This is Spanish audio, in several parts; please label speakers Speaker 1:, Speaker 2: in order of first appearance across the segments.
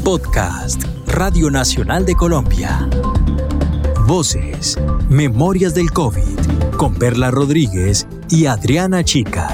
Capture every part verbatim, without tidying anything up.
Speaker 1: Podcast Radio Nacional de Colombia. Voces, Memorias del COVID, con Perla Rodríguez y Adriana Chica.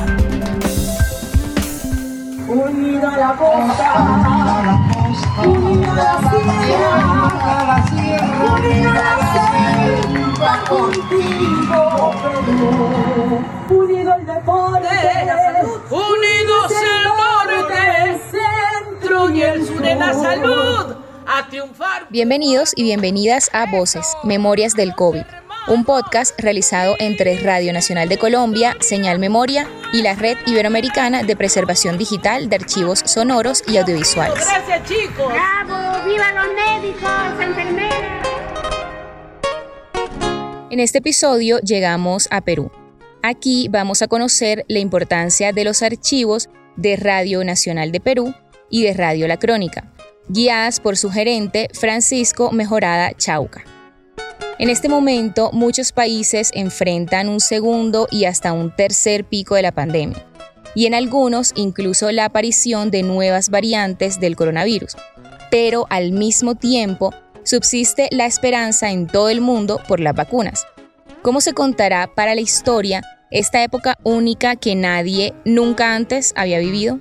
Speaker 2: Unida la costa, unida la sierra, unida la selva, contigo Perú. Unido el deporte,
Speaker 3: unidos el norte, el centro y el sur de la salud, a triunfar.
Speaker 4: Bienvenidos y bienvenidas a Voces, Memorias del COVID, un podcast realizado entre Radio Nacional de Colombia, Señal Memoria y la Red Iberoamericana de Preservación Digital de Archivos Sonoros y Audiovisuales.
Speaker 3: Gracias, chicos.
Speaker 5: ¡Bravo! ¡Viva los médicos, enfermeras!
Speaker 4: En este episodio llegamos a Perú. Aquí vamos a conocer la importancia de los archivos de Radio Nacional de Perú y de Radio La Crónica, guiadas por su gerente Francisco Mejorada Chauca. En este momento, muchos países enfrentan un segundo y hasta un tercer pico de la pandemia, y en algunos incluso la aparición de nuevas variantes del coronavirus. Pero al mismo tiempo, subsiste la esperanza en todo el mundo por las vacunas. ¿Cómo se contará para la historia esta época única que nadie nunca antes había vivido?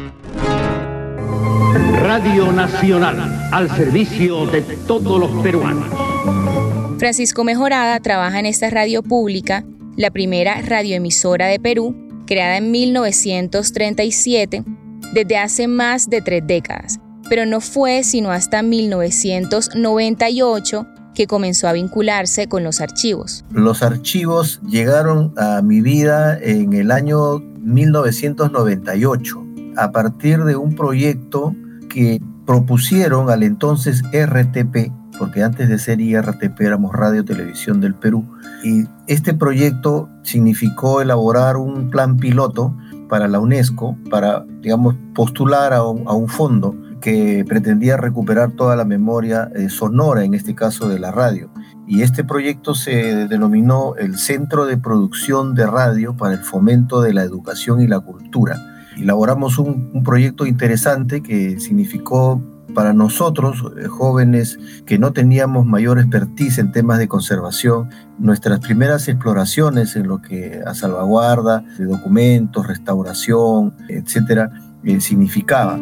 Speaker 6: Radio Nacional, al servicio de todos los peruanos.
Speaker 4: Francisco Mejorada trabaja en esta radio pública, la primera radioemisora de Perú, creada en mil novecientos treinta y siete, desde hace más de tres décadas, pero no fue sino hasta mil novecientos noventa y ocho que comenzó a vincularse con los archivos.
Speaker 7: Los archivos llegaron a mi vida en el año mil novecientos noventa y ocho, a partir de un proyecto que propusieron al entonces R T P, porque antes de ser I R T P éramos Radio Televisión del Perú, y este proyecto significó elaborar un plan piloto para la UNESCO, para, digamos, postular a un, a un fondo que pretendía recuperar toda la memoria eh, sonora, en este caso de la radio. Y este proyecto se denominó el Centro de Producción de Radio para el Fomento de la Educación y la Cultura. Elaboramos un, un proyecto interesante que significó para nosotros, eh, jóvenes que no teníamos mayor expertise en temas de conservación, nuestras primeras exploraciones en lo que a salvaguarda de documentos, restauración, etcétera, eh, significaba.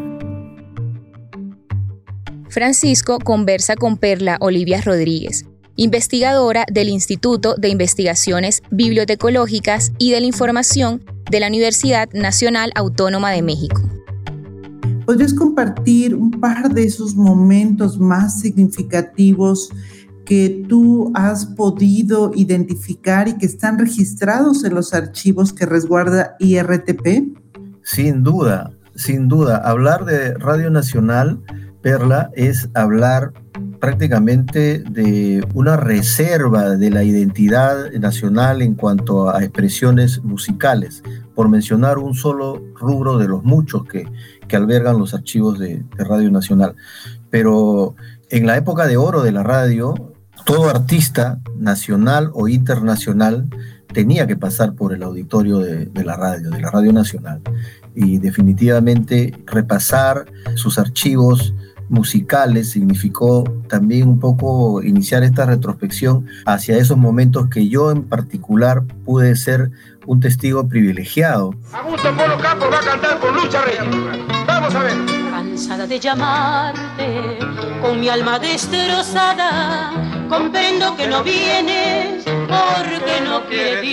Speaker 4: Francisco conversa con Perla Olivia Rodríguez, investigadora del Instituto de Investigaciones Bibliotecológicas y de la Información de la Universidad Nacional Autónoma de México.
Speaker 8: ¿Podrías compartir un par de esos momentos más significativos que tú has podido identificar y que están registrados en los archivos que resguarda I R T P?
Speaker 7: Sin duda, sin duda. Hablar de Radio Nacional, Perla, es hablar prácticamente de una reserva de la identidad nacional en cuanto a expresiones musicales, por mencionar un solo rubro de los muchos que, que albergan los archivos de, de Radio Nacional. Pero en la época de oro de la radio, todo artista nacional o internacional tenía que pasar por el auditorio de, de la radio, de la Radio Nacional. Y definitivamente repasar sus archivos musicales significó también un poco iniciar esta retrospección hacia esos momentos que yo en particular pude ser un testigo privilegiado.
Speaker 9: Augusto Polo Campos va a cantar con Lucha Reyes. Vamos a ver.
Speaker 10: Cansada de llamarte, con mi alma destrozada, comprendo que no vienes porque no quiere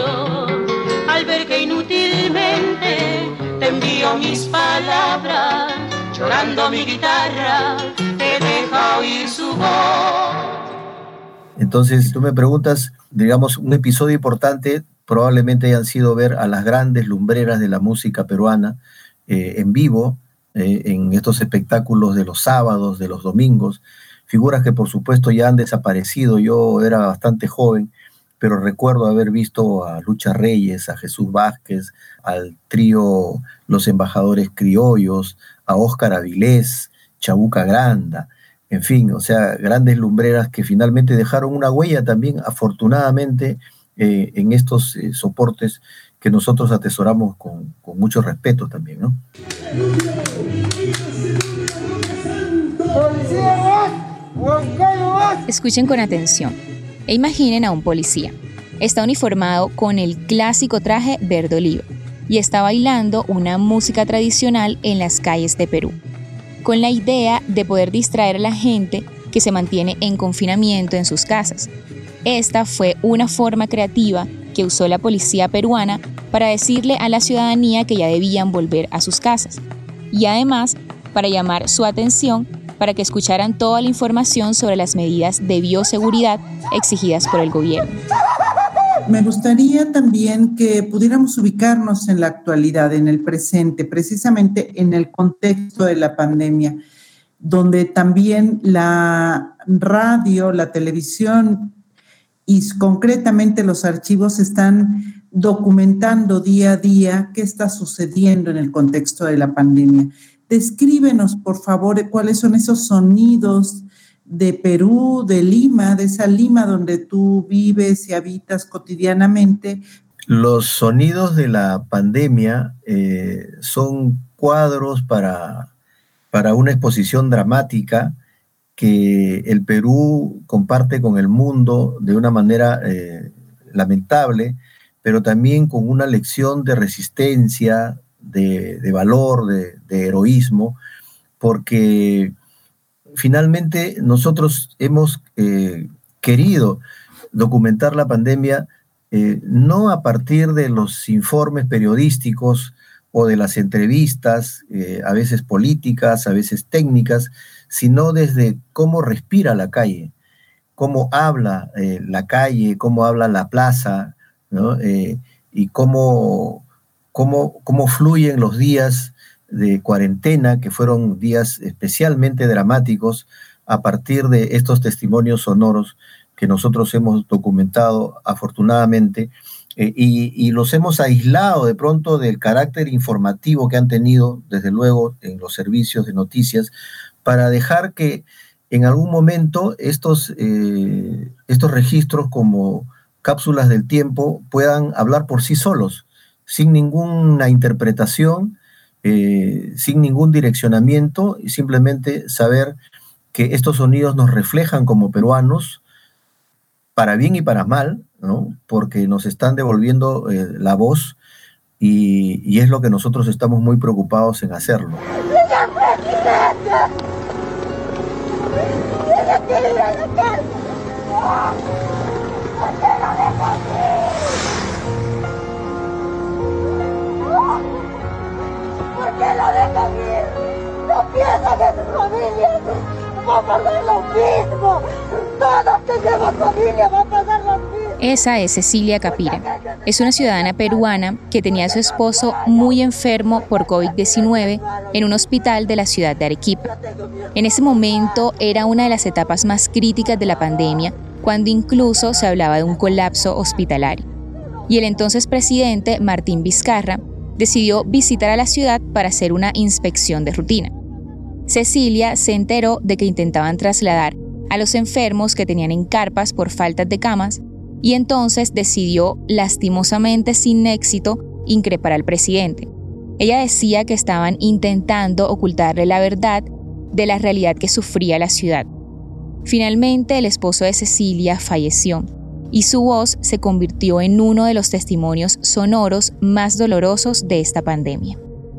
Speaker 10: Dios. Al ver que inútilmente te envío mis palabras, llorando mi guitarra, te deja oír su voz.
Speaker 7: Entonces, si tú me preguntas, digamos, un episodio importante, probablemente hayan sido ver a las grandes lumbreras de la música peruana eh, en vivo, eh, en estos espectáculos de los sábados, de los domingos, figuras que por supuesto ya han desaparecido. Yo era bastante joven, pero recuerdo haber visto a Lucha Reyes, a Jesús Vázquez, al trío Los Embajadores Criollos, a Óscar Avilés, Chabuca Granda, en fin, o sea, grandes lumbreras que finalmente dejaron una huella también, afortunadamente, eh, en estos eh, soportes que nosotros atesoramos con, con mucho respeto también, ¿no?
Speaker 4: Escuchen con atención e imaginen a un policía. Está uniformado con el clásico traje verde oliva y está bailando una música tradicional en las calles de Perú, con la idea de poder distraer a la gente que se mantiene en confinamiento en sus casas. Esta fue una forma creativa que usó la policía peruana para decirle a la ciudadanía que ya debían volver a sus casas y además para llamar su atención para que escucharan toda la información sobre las medidas de bioseguridad exigidas por el gobierno.
Speaker 8: Me gustaría también que pudiéramos ubicarnos en la actualidad, en el presente, precisamente en el contexto de la pandemia, donde también la radio, la televisión y concretamente los archivos están documentando día a día qué está sucediendo en el contexto de la pandemia. Descríbenos, por favor, cuáles son esos sonidos de Perú, de Lima, de esa Lima donde tú vives y habitas cotidianamente.
Speaker 7: Los sonidos de la pandemia eh, son cuadros para, para una exposición dramática que el Perú comparte con el mundo de una manera eh, lamentable, pero también con una lección de resistencia, de, de valor, de, de heroísmo, porque finalmente nosotros hemos eh, querido documentar la pandemia eh, no a partir de los informes periodísticos o de las entrevistas, eh, a veces políticas, a veces técnicas, sino desde cómo respira la calle, cómo habla eh, la calle, cómo habla la plaza, ¿no? Eh, y cómo, cómo, cómo fluyen los días de cuarentena, que fueron días especialmente dramáticos a partir de estos testimonios sonoros que nosotros hemos documentado afortunadamente, eh, y, y los hemos aislado de pronto del carácter informativo que han tenido, desde luego, en los servicios de noticias, para dejar que en algún momento estos, eh, estos registros como cápsulas del tiempo puedan hablar por sí solos, sin ninguna interpretación, eh, sin ningún direccionamiento, y simplemente saber que estos sonidos nos reflejan como peruanos, para bien y para mal, ¿no? Porque nos están devolviendo eh, la voz y, y es lo que nosotros estamos muy preocupados en hacerlo.
Speaker 2: ¿Por qué lo dejan ir? No piensan en sus familias. Va a pasar lo mismo. Todos tenemos familia, va a pasar lo mismo.
Speaker 4: Esa es Cecilia Capira. Es una ciudadana peruana que tenía a su esposo muy enfermo por COVID diecinueve en un hospital de la ciudad de Arequipa. En ese momento era una de las etapas más críticas de la pandemia, cuando incluso se hablaba de un colapso hospitalario. Y el entonces presidente, Martín Vizcarra, decidió visitar a la ciudad para hacer una inspección de rutina. Cecilia se enteró de que intentaban trasladar a los enfermos que tenían en carpas por falta de camas y entonces decidió, lastimosamente sin éxito, increpar al presidente. Ella decía que estaban intentando ocultarle la verdad de la realidad que sufría la ciudad. Finalmente, el esposo de Cecilia falleció y su voz se convirtió en uno de los testimonios sonoros más dolorosos de esta pandemia.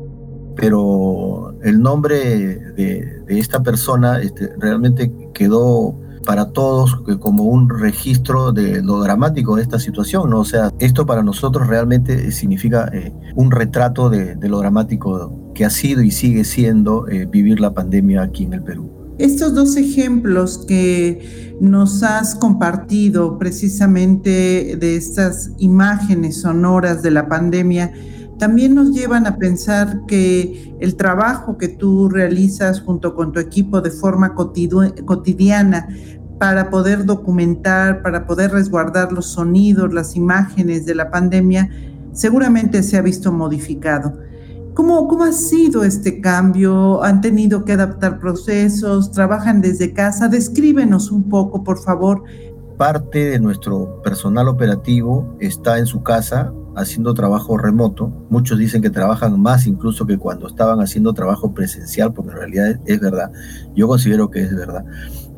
Speaker 7: Pero el nombre de, de esta persona este, realmente quedó para todos como un registro de lo dramático de esta situación, ¿no? O sea, esto para nosotros realmente significa eh, un retrato de, de lo dramático que ha sido y sigue siendo eh, vivir la pandemia aquí en el Perú.
Speaker 8: Estos dos ejemplos que nos has compartido precisamente de estas imágenes sonoras de la pandemia también nos llevan a pensar que el trabajo que tú realizas junto con tu equipo de forma cotidu- cotidiana para poder documentar, para poder resguardar los sonidos, las imágenes de la pandemia, seguramente se ha visto modificado. ¿Cómo, cómo ha sido este cambio? ¿Han tenido que adaptar procesos? ¿Trabajan desde casa? Descríbenos un poco, por favor.
Speaker 7: Parte de nuestro personal operativo está en su casa haciendo trabajo remoto. Muchos dicen que trabajan más incluso que cuando estaban haciendo trabajo presencial, porque en realidad es, es verdad. Yo considero que es verdad.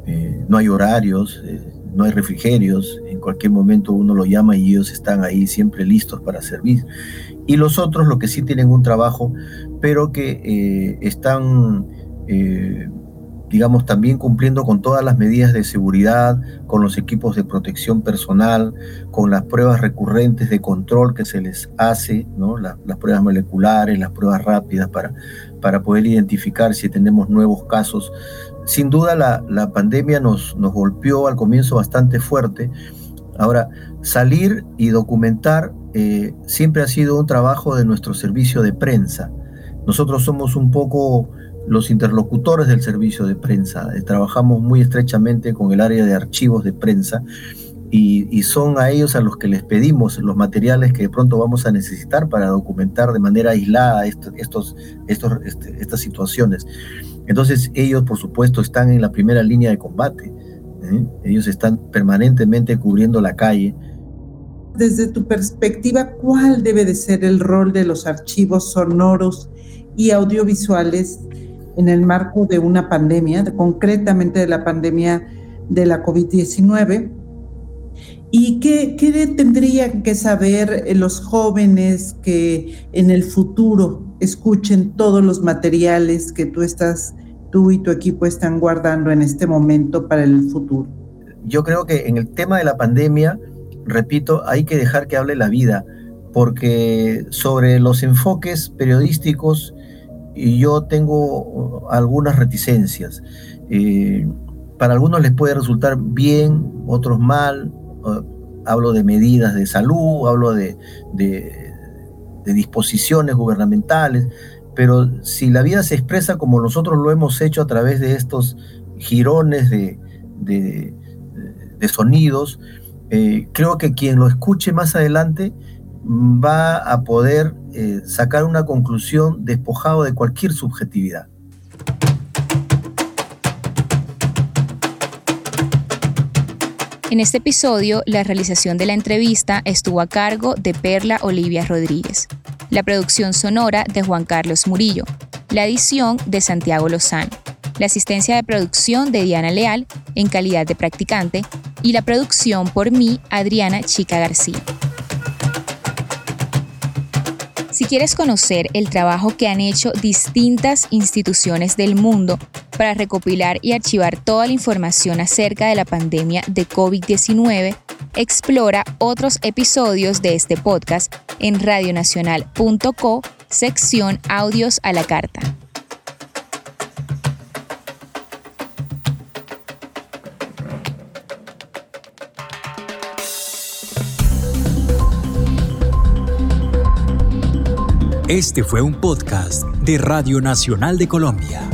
Speaker 7: eh, no hay horarios, eh, no hay refrigerios, en cualquier momento uno lo llama y ellos están ahí siempre listos para servir. Y los otros, los que sí tienen un trabajo, pero que eh, están, eh, digamos, también cumpliendo con todas las medidas de seguridad, con los equipos de protección personal, con las pruebas recurrentes de control que se les hace, ¿no? La, las pruebas moleculares, las pruebas rápidas para, para poder identificar si tenemos nuevos casos. Sin duda la, la pandemia nos, nos golpeó al comienzo bastante fuerte. Ahora, salir y documentar eh, siempre ha sido un trabajo de nuestro servicio de prensa. Nosotros somos un poco los interlocutores del servicio de prensa. Eh, trabajamos muy estrechamente con el área de archivos de prensa y, y son a ellos a los que les pedimos los materiales que de pronto vamos a necesitar para documentar de manera aislada esto, estos, estos, este, estas situaciones. Entonces ellos, por supuesto, están en la primera línea de combate. ¿eh? Ellos están permanentemente cubriendo la calle.
Speaker 8: Desde tu perspectiva, ¿cuál debe de ser el rol de los archivos sonoros y audiovisuales en el marco de una pandemia, de, concretamente de la pandemia de la COVID diecinueve? ¿Y qué, qué tendrían que saber los jóvenes que en el futuro escuchen todos los materiales que tú estás, tú y tu equipo están guardando en este momento para el futuro?
Speaker 7: Yo creo que en el tema de la pandemia, repito, hay que dejar que hable la vida, porque sobre los enfoques periodísticos yo tengo algunas reticencias. Eh, para algunos les puede resultar bien, otros mal. Uh, hablo de medidas de salud, hablo de, de, de disposiciones gubernamentales, pero si la vida se expresa como nosotros lo hemos hecho a través de estos jirones de, de, de sonidos, eh, creo que quien lo escuche más adelante va a poder eh, sacar una conclusión despojado de cualquier subjetividad.
Speaker 4: En este episodio, la realización de la entrevista estuvo a cargo de Perla Olivia Rodríguez, la producción sonora de Juan Carlos Murillo, la edición de Santiago Lozano, la asistencia de producción de Diana Leal en calidad de practicante y la producción por mí, Adriana Chica García. Si quieres conocer el trabajo que han hecho distintas instituciones del mundo para recopilar y archivar toda la información acerca de la pandemia de COVID diecinueve, explora otros episodios de este podcast en radionacional punto co, sección Audios a la Carta.
Speaker 1: Este fue un podcast de Radio Nacional de Colombia.